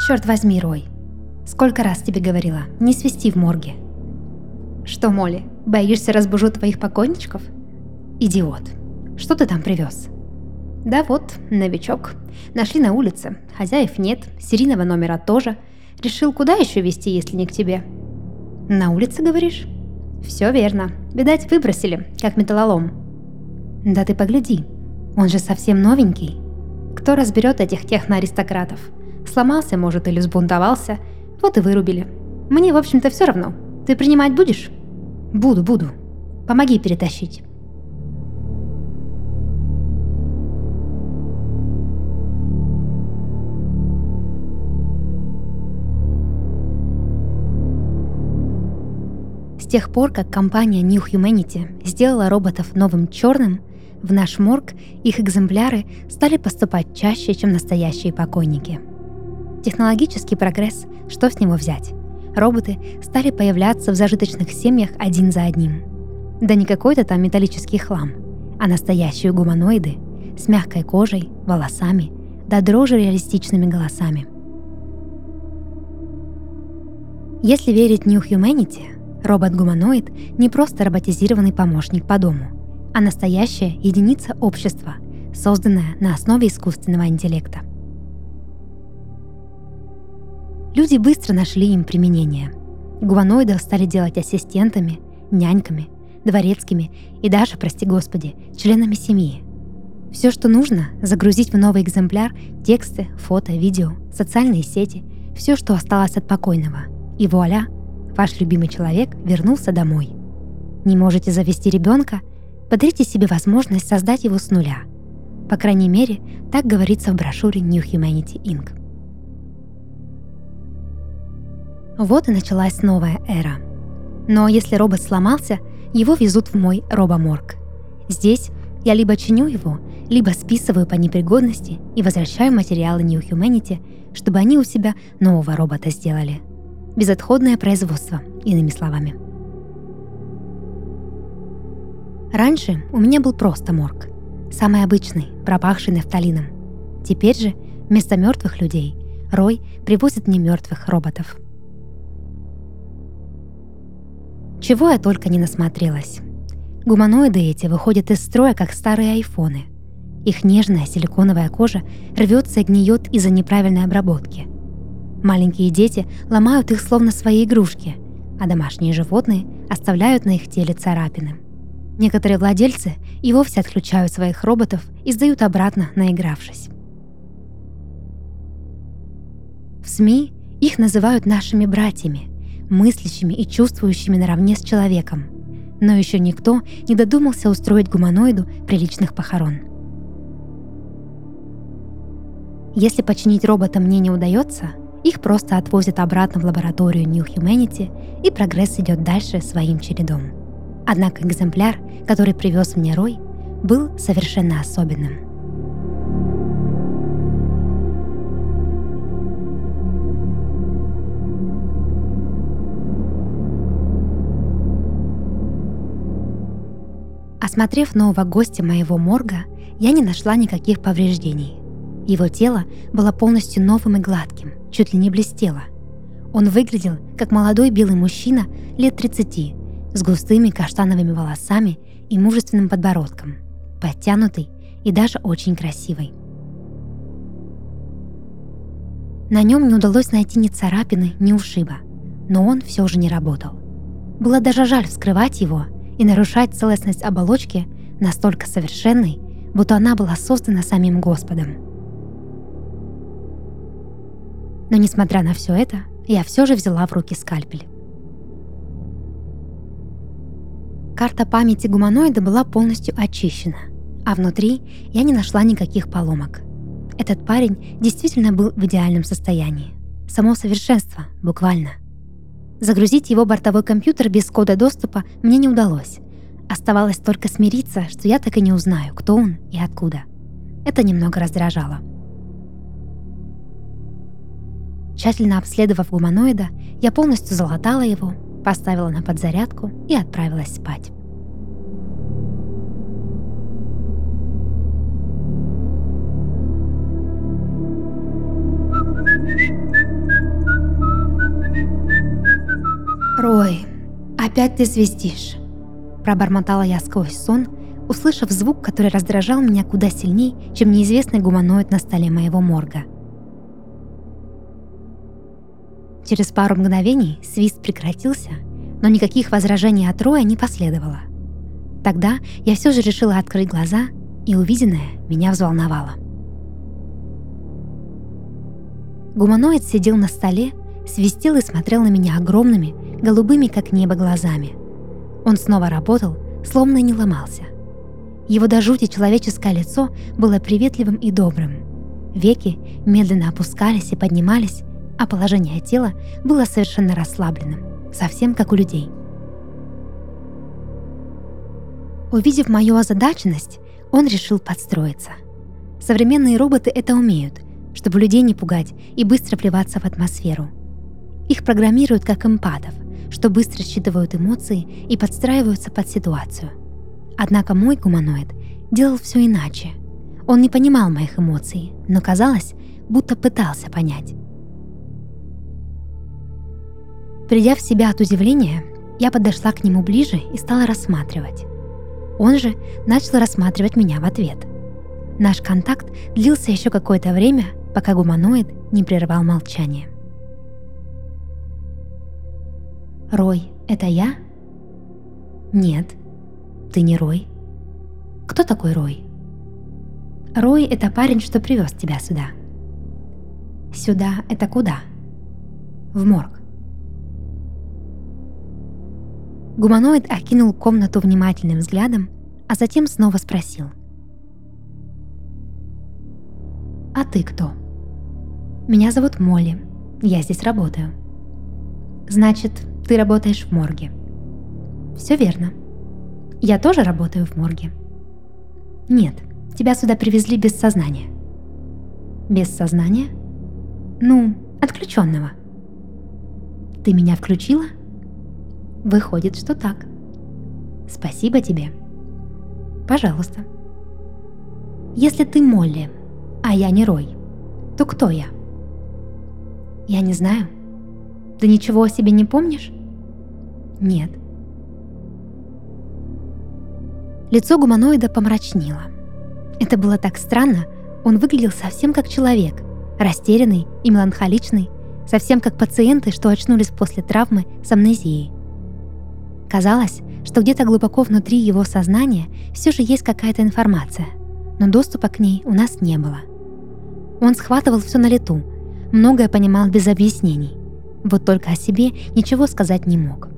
Черт возьми, Рой. Сколько раз тебе говорила, не свисти в морге. Что, Молли, боишься, разбужу твоих покойничков? Идиот. Что ты там привез? Да вот, новичок. Нашли на улице. Хозяев нет, серийного номера тоже. Решил, куда еще везти, если не к тебе? На улице, говоришь? Все верно. Видать, выбросили, как металлолом. Да ты погляди, он же совсем новенький. Кто разберет этих техноаристократов? Сломался, может, или взбунтовался, вот и вырубили. Мне, в общем-то, все равно. Ты принимать будешь? Буду. Помоги перетащить. С тех пор, как компания New Humanity сделала роботов новым черным, в наш морг их экземпляры стали поступать чаще, чем настоящие покойники. Технологический прогресс, что с него взять? Роботы стали появляться в зажиточных семьях один за одним. Да не какой-то там металлический хлам, а настоящие гуманоиды с мягкой кожей, волосами, до дрожи реалистичными голосами. Если верить New Humanity, робот-гуманоид не просто роботизированный помощник по дому, а настоящая единица общества, созданная на основе искусственного интеллекта. Люди быстро нашли им применение. Гуманоидов стали делать ассистентами, няньками, дворецкими и даже, прости господи, членами семьи. Все, что нужно, загрузить в новый экземпляр тексты, фото, видео, социальные сети, все, что осталось от покойного. И вуаля, ваш любимый человек вернулся домой. Не можете завести ребенка? Подарите себе возможность создать его с нуля. По крайней мере, так говорится в брошюре New Humanity Inc. Вот и началась новая эра. Но если робот сломался, его везут в мой робоморг. Здесь я либо чиню его, либо списываю по непригодности и возвращаю материалы New Humanity, чтобы они у себя нового робота сделали. Безотходное производство, иными словами. Раньше у меня был просто морг. Самый обычный, пропахший нафталином. Теперь же вместо мертвых людей Рой привозит мне мертвых роботов. Чего я только не насмотрелась. Гуманоиды эти выходят из строя, как старые айфоны. Их нежная силиконовая кожа рвется и гниет из-за неправильной обработки. Маленькие дети ломают их словно свои игрушки, а домашние животные оставляют на их теле царапины. Некоторые владельцы и вовсе отключают своих роботов и сдают обратно, наигравшись. В СМИ их называют нашими братьями, мыслящими и чувствующими наравне с человеком. Но еще никто не додумался устроить гуманоиду приличных похорон. Если починить робота мне не удается, их просто отвозят обратно в лабораторию New Humanity, и прогресс идет дальше своим чередом. Однако экземпляр, который привез мне Рой, был совершенно особенным. Осмотрев нового гостя моего морга, я не нашла никаких повреждений. Его тело было полностью новым и гладким, чуть ли не блестело. Он выглядел как молодой белый мужчина лет 30, с густыми каштановыми волосами и мужественным подбородком, подтянутый и даже очень красивый. На нем не удалось найти ни царапины, ни ушиба, но он все же не работал. Было даже жаль вскрывать его и нарушать целостность оболочки, настолько совершенной, будто она была создана самим Господом. Но несмотря на все это, я все же взяла в руки скальпель. Карта памяти гуманоида была полностью очищена, а внутри я не нашла никаких поломок. Этот парень действительно был в идеальном состоянии. Само совершенство, буквально. Загрузить его бортовой компьютер без кода доступа мне не удалось. Оставалось только смириться, что я так и не узнаю, кто он и откуда. Это немного раздражало. Тщательно обследовав гуманоида, я полностью залатала его, поставила на подзарядку и отправилась спать. «Рой, опять ты свистишь», — пробормотала я сквозь сон, услышав звук, который раздражал меня куда сильней, чем неизвестный гуманоид на столе моего морга. Через пару мгновений свист прекратился, но никаких возражений от Роя не последовало. Тогда я все же решила открыть глаза, и увиденное меня взволновало. Гуманоид сидел на столе, свистел и смотрел на меня огромными, голубыми как небо глазами. Он снова работал, словно не ломался. Его до жути человеческое лицо было приветливым и добрым. Веки медленно опускались и поднимались, а положение тела было совершенно расслабленным, совсем как у людей. Увидев мою озадаченность, он решил подстроиться. Современные роботы это умеют, чтобы людей не пугать и быстро плеваться в атмосферу. Их программируют как эмпатов, что быстро считывают эмоции и подстраиваются под ситуацию. Однако мой гуманоид делал все иначе. Он не понимал моих эмоций, но казалось, будто пытался понять. Придя в себя от удивления, я подошла к нему ближе и стала рассматривать. Он же начал рассматривать меня в ответ. Наш контакт длился еще какое-то время, пока гуманоид не прервал молчание. «Рой, это я?» «Нет, ты не Рой». «Кто такой Рой?» «Рой — это парень, что привез тебя сюда». «Сюда — это куда?» «В морг». Гуманоид окинул комнату внимательным взглядом, а затем снова спросил. «А ты кто?» «Меня зовут Молли. Я здесь работаю». «Значит, ты работаешь в морге?» «Все верно. Я тоже работаю в морге». «Нет, тебя сюда привезли без сознания». «Без сознания?» «Ну, отключенного». «Ты меня включила?» «Выходит, что так». «Спасибо тебе». «Пожалуйста». «Если ты Молли, а я не Рой, то кто я?» «Я не знаю. Ты ничего о себе не помнишь?» «Нет». Лицо гуманоида помрачнело. Это было так странно, он выглядел совсем как человек, растерянный и меланхоличный, совсем как пациенты, что очнулись после травмы с амнезией. Казалось, что где-то глубоко внутри его сознания все же есть какая-то информация, но доступа к ней у нас не было. Он схватывал все на лету, многое понимал без объяснений, вот только о себе ничего сказать не мог.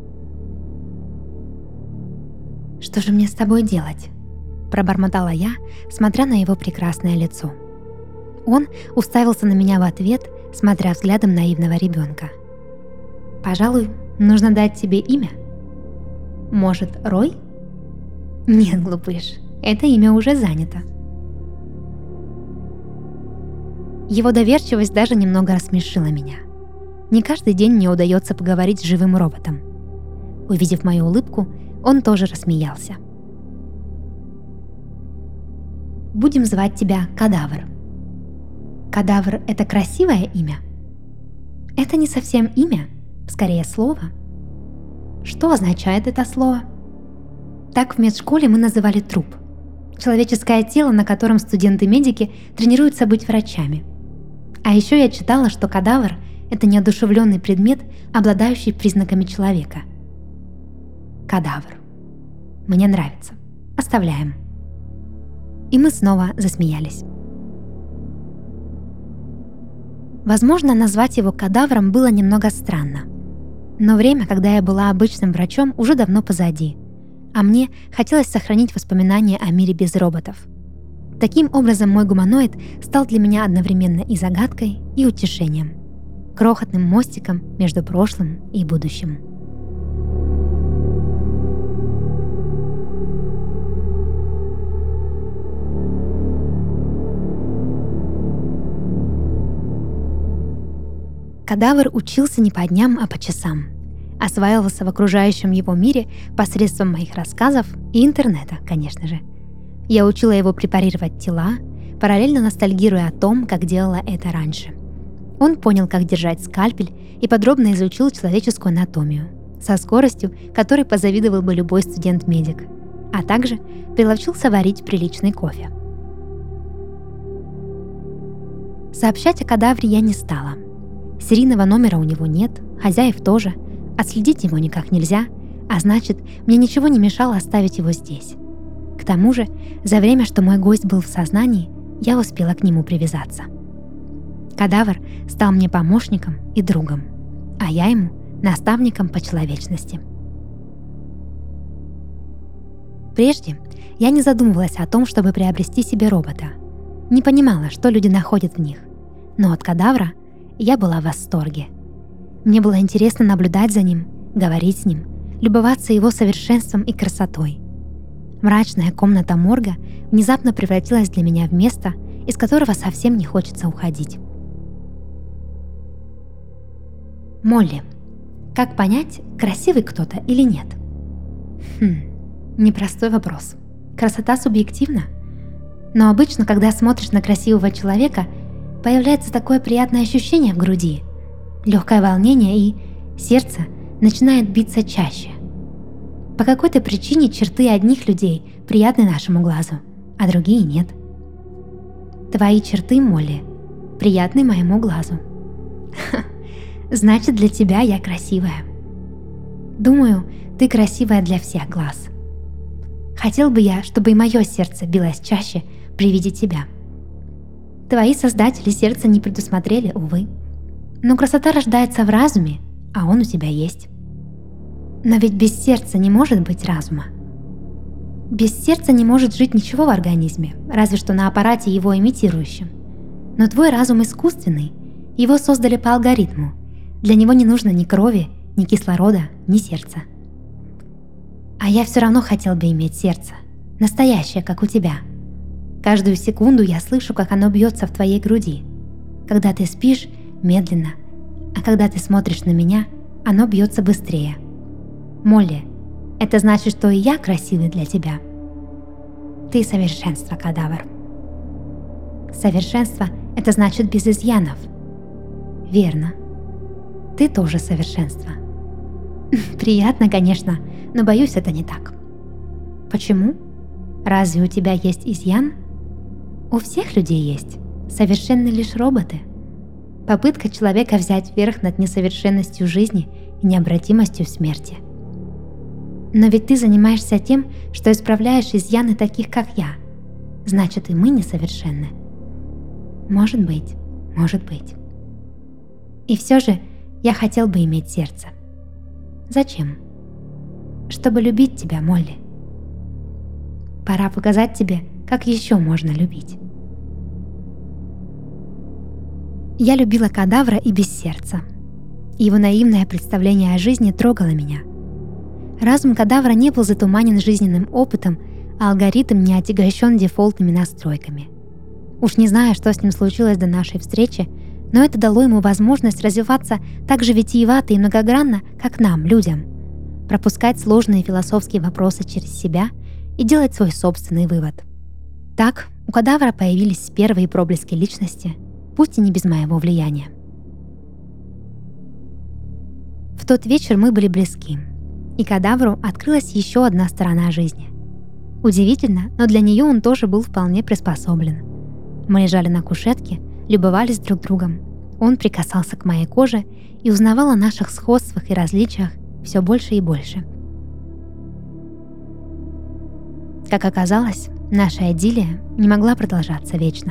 «Что же мне с тобой делать?» – пробормотала я, смотря на его прекрасное лицо. Он уставился на меня в ответ, смотря взглядом наивного ребенка. «Пожалуй, нужно дать тебе имя. Может, Рой?» «Нет, глупыш, это имя уже занято». Его доверчивость даже немного рассмешила меня. Не каждый день мне удается поговорить с живым роботом. Увидев мою улыбку, он тоже рассмеялся. «Будем звать тебя Кадавр». «Кадавр — это красивое имя?» «Это не совсем имя, скорее слово». «Что означает это слово?» «Так в медшколе мы называли труп. Человеческое тело, на котором студенты-медики тренируются быть врачами. А еще я читала, что кадавр — это неодушевленный предмет, обладающий признаками человека». «Кадавр. Мне нравится. Оставляем». И мы снова засмеялись. Возможно, назвать его кадавром было немного странно. Но время, когда я была обычным врачом, уже давно позади, а мне хотелось сохранить воспоминания о мире без роботов. Таким образом, мой гуманоид стал для меня одновременно и загадкой, и утешением, крохотным мостиком между прошлым и будущим. Кадавр учился не по дням, а по часам. Осваивался в окружающем его мире посредством моих рассказов и интернета, конечно же. Я учила его препарировать тела, параллельно ностальгируя о том, как делала это раньше. Он понял, как держать скальпель и подробно изучил человеческую анатомию, со скоростью, которой позавидовал бы любой студент-медик, а также приловчился варить приличный кофе. Сообщать о кадавре я не стала. Серийного номера у него нет, хозяев тоже, отследить его никак нельзя, а значит, мне ничего не мешало оставить его здесь. К тому же, за время, что мой гость был в сознании, я успела к нему привязаться. Кадавр стал мне помощником и другом, а я ему наставником по человечности. Прежде я не задумывалась о том, чтобы приобрести себе робота. Не понимала, что люди находят в них. Но от кадавра я была в восторге. Мне было интересно наблюдать за ним, говорить с ним, любоваться его совершенством и красотой. Мрачная комната морга внезапно превратилась для меня в место, из которого совсем не хочется уходить. Молли. Как понять, красивый кто-то или нет? Непростой вопрос. Красота субъективна. Но обычно, когда смотришь на красивого человека, появляется такое приятное ощущение в груди, легкое волнение, и сердце начинает биться чаще. По какой-то причине черты одних людей приятны нашему глазу, а другие нет. Твои черты, Молли, приятны моему глазу. Значит, для тебя я красивая. Думаю, ты красивая для всех глаз. Хотел бы я, чтобы и мое сердце билось чаще при виде тебя. Твои создатели сердца не предусмотрели, увы. Но красота рождается в разуме, а он у тебя есть. Но ведь без сердца не может быть разума. Без сердца не может жить ничего в организме, разве что на аппарате его имитирующем. Но твой разум искусственный, его создали по алгоритму. Для него не нужно ни крови, ни кислорода, ни сердца. А я все равно хотел бы иметь сердце, настоящее, как у тебя. Каждую секунду я слышу, как оно бьется в твоей груди. Когда ты спишь, медленно, а когда ты смотришь на меня, оно бьется быстрее. Молли, это значит, что и я красивый для тебя. Ты совершенство, кадавр. Совершенство — это значит без изъянов. Верно. Ты тоже совершенство. Приятно, конечно, но боюсь, это не так. Почему? Разве у тебя есть изъян? У всех людей есть. Совершенны лишь роботы. Попытка человека взять верх над несовершенностью жизни и необратимостью смерти. Но ведь ты занимаешься тем, что исправляешь изъяны таких, как я. Значит, и мы несовершенны. Может быть, может быть. И все же я хотел бы иметь сердце. Зачем? Чтобы любить тебя, Молли. Пора показать тебе, как еще можно любить. Я любила кадавра и без сердца. Его наивное представление о жизни трогало меня. Разум кадавра не был затуманен жизненным опытом, а алгоритм не отягощен дефолтными настройками. Уж не знаю, что с ним случилось до нашей встречи, но это дало ему возможность развиваться так же витиевато и многогранно, как нам, людям, пропускать сложные философские вопросы через себя и делать свой собственный вывод. Так у кадавра появились первые проблески личности, пусть и не без моего влияния. В тот вечер мы были близки, и кадавру открылась еще одна сторона жизни. Удивительно, но для нее он тоже был вполне приспособлен. Мы лежали на кушетке, любовались друг другом. Он прикасался к моей коже и узнавал о наших сходствах и различиях все больше и больше. Как оказалось, наша идиллия не могла продолжаться вечно.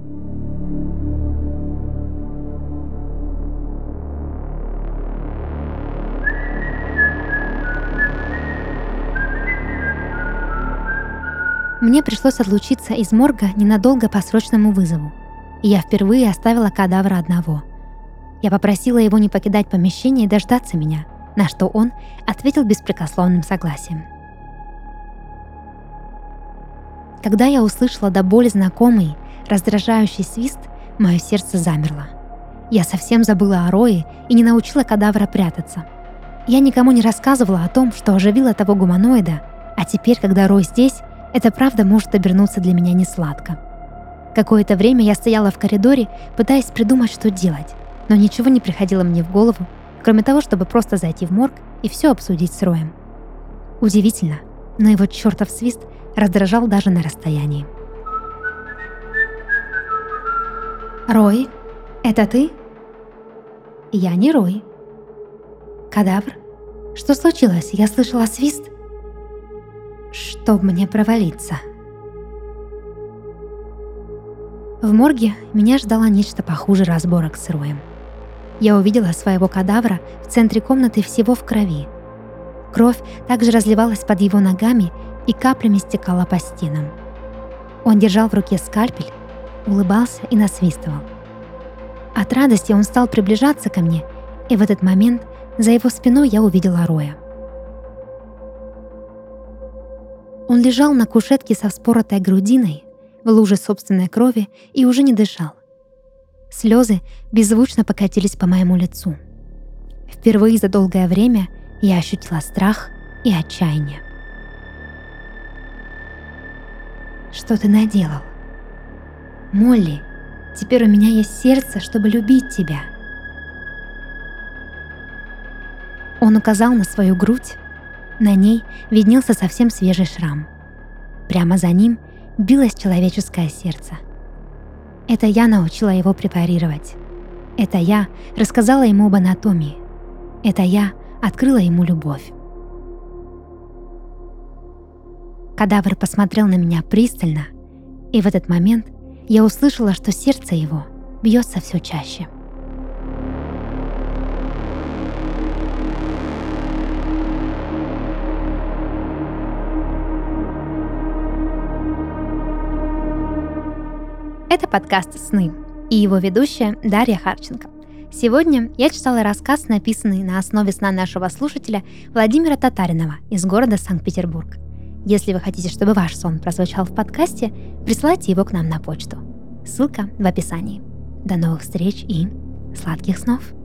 Мне пришлось отлучиться из морга ненадолго по срочному вызову, и я впервые оставила кадавра одного. Я попросила его не покидать помещение и дождаться меня, на что он ответил беспрекословным согласием. Когда я услышала до боли знакомый, раздражающий свист, мое сердце замерло. Я совсем забыла о Рое и не научила кадавра прятаться. Я никому не рассказывала о том, что оживила того гуманоида, а теперь, когда Рой здесь, это правда может обернуться для меня несладко. Какое-то время я стояла в коридоре, пытаясь придумать, что делать. Но ничего не приходило мне в голову, кроме того, чтобы просто зайти в морг и все обсудить с Роем. Удивительно, но его чертов свист раздражал даже на расстоянии. «Рой, это ты?» «Я не Рой». «Кадавр? Что случилось? Я слышала свист». «Чтоб мне провалиться». В морге меня ждало нечто похуже разборок с Роем. Я увидела своего кадавра в центре комнаты всего в крови. Кровь также разливалась под его ногами и каплями стекала по стенам. Он держал в руке скальпель, улыбался и насвистывал. От радости он стал приближаться ко мне, и в этот момент за его спиной я увидела Роя. Он лежал на кушетке со вспоротой грудиной, в луже собственной крови и уже не дышал. Слезы беззвучно покатились по моему лицу. Впервые за долгое время я ощутила страх и отчаяние. «Что ты наделал? Молли, теперь у меня есть сердце, чтобы любить тебя». Он указал на свою грудь. На ней виднелся совсем свежий шрам. Прямо за ним билось человеческое сердце. Это я научила его препарировать. Это я рассказала ему об анатомии. Это я открыла ему любовь. Кадавр посмотрел на меня пристально, и в этот момент я услышала, что сердце его бьется все чаще. Это подкаст «Сны» и его ведущая Дарья Харченко. Сегодня я читала рассказ, написанный на основе сна нашего слушателя Владимира Татаринова из города Санкт-Петербург. Если вы хотите, чтобы ваш сон прозвучал в подкасте, присылайте его к нам на почту. Ссылка в описании. До новых встреч и сладких снов!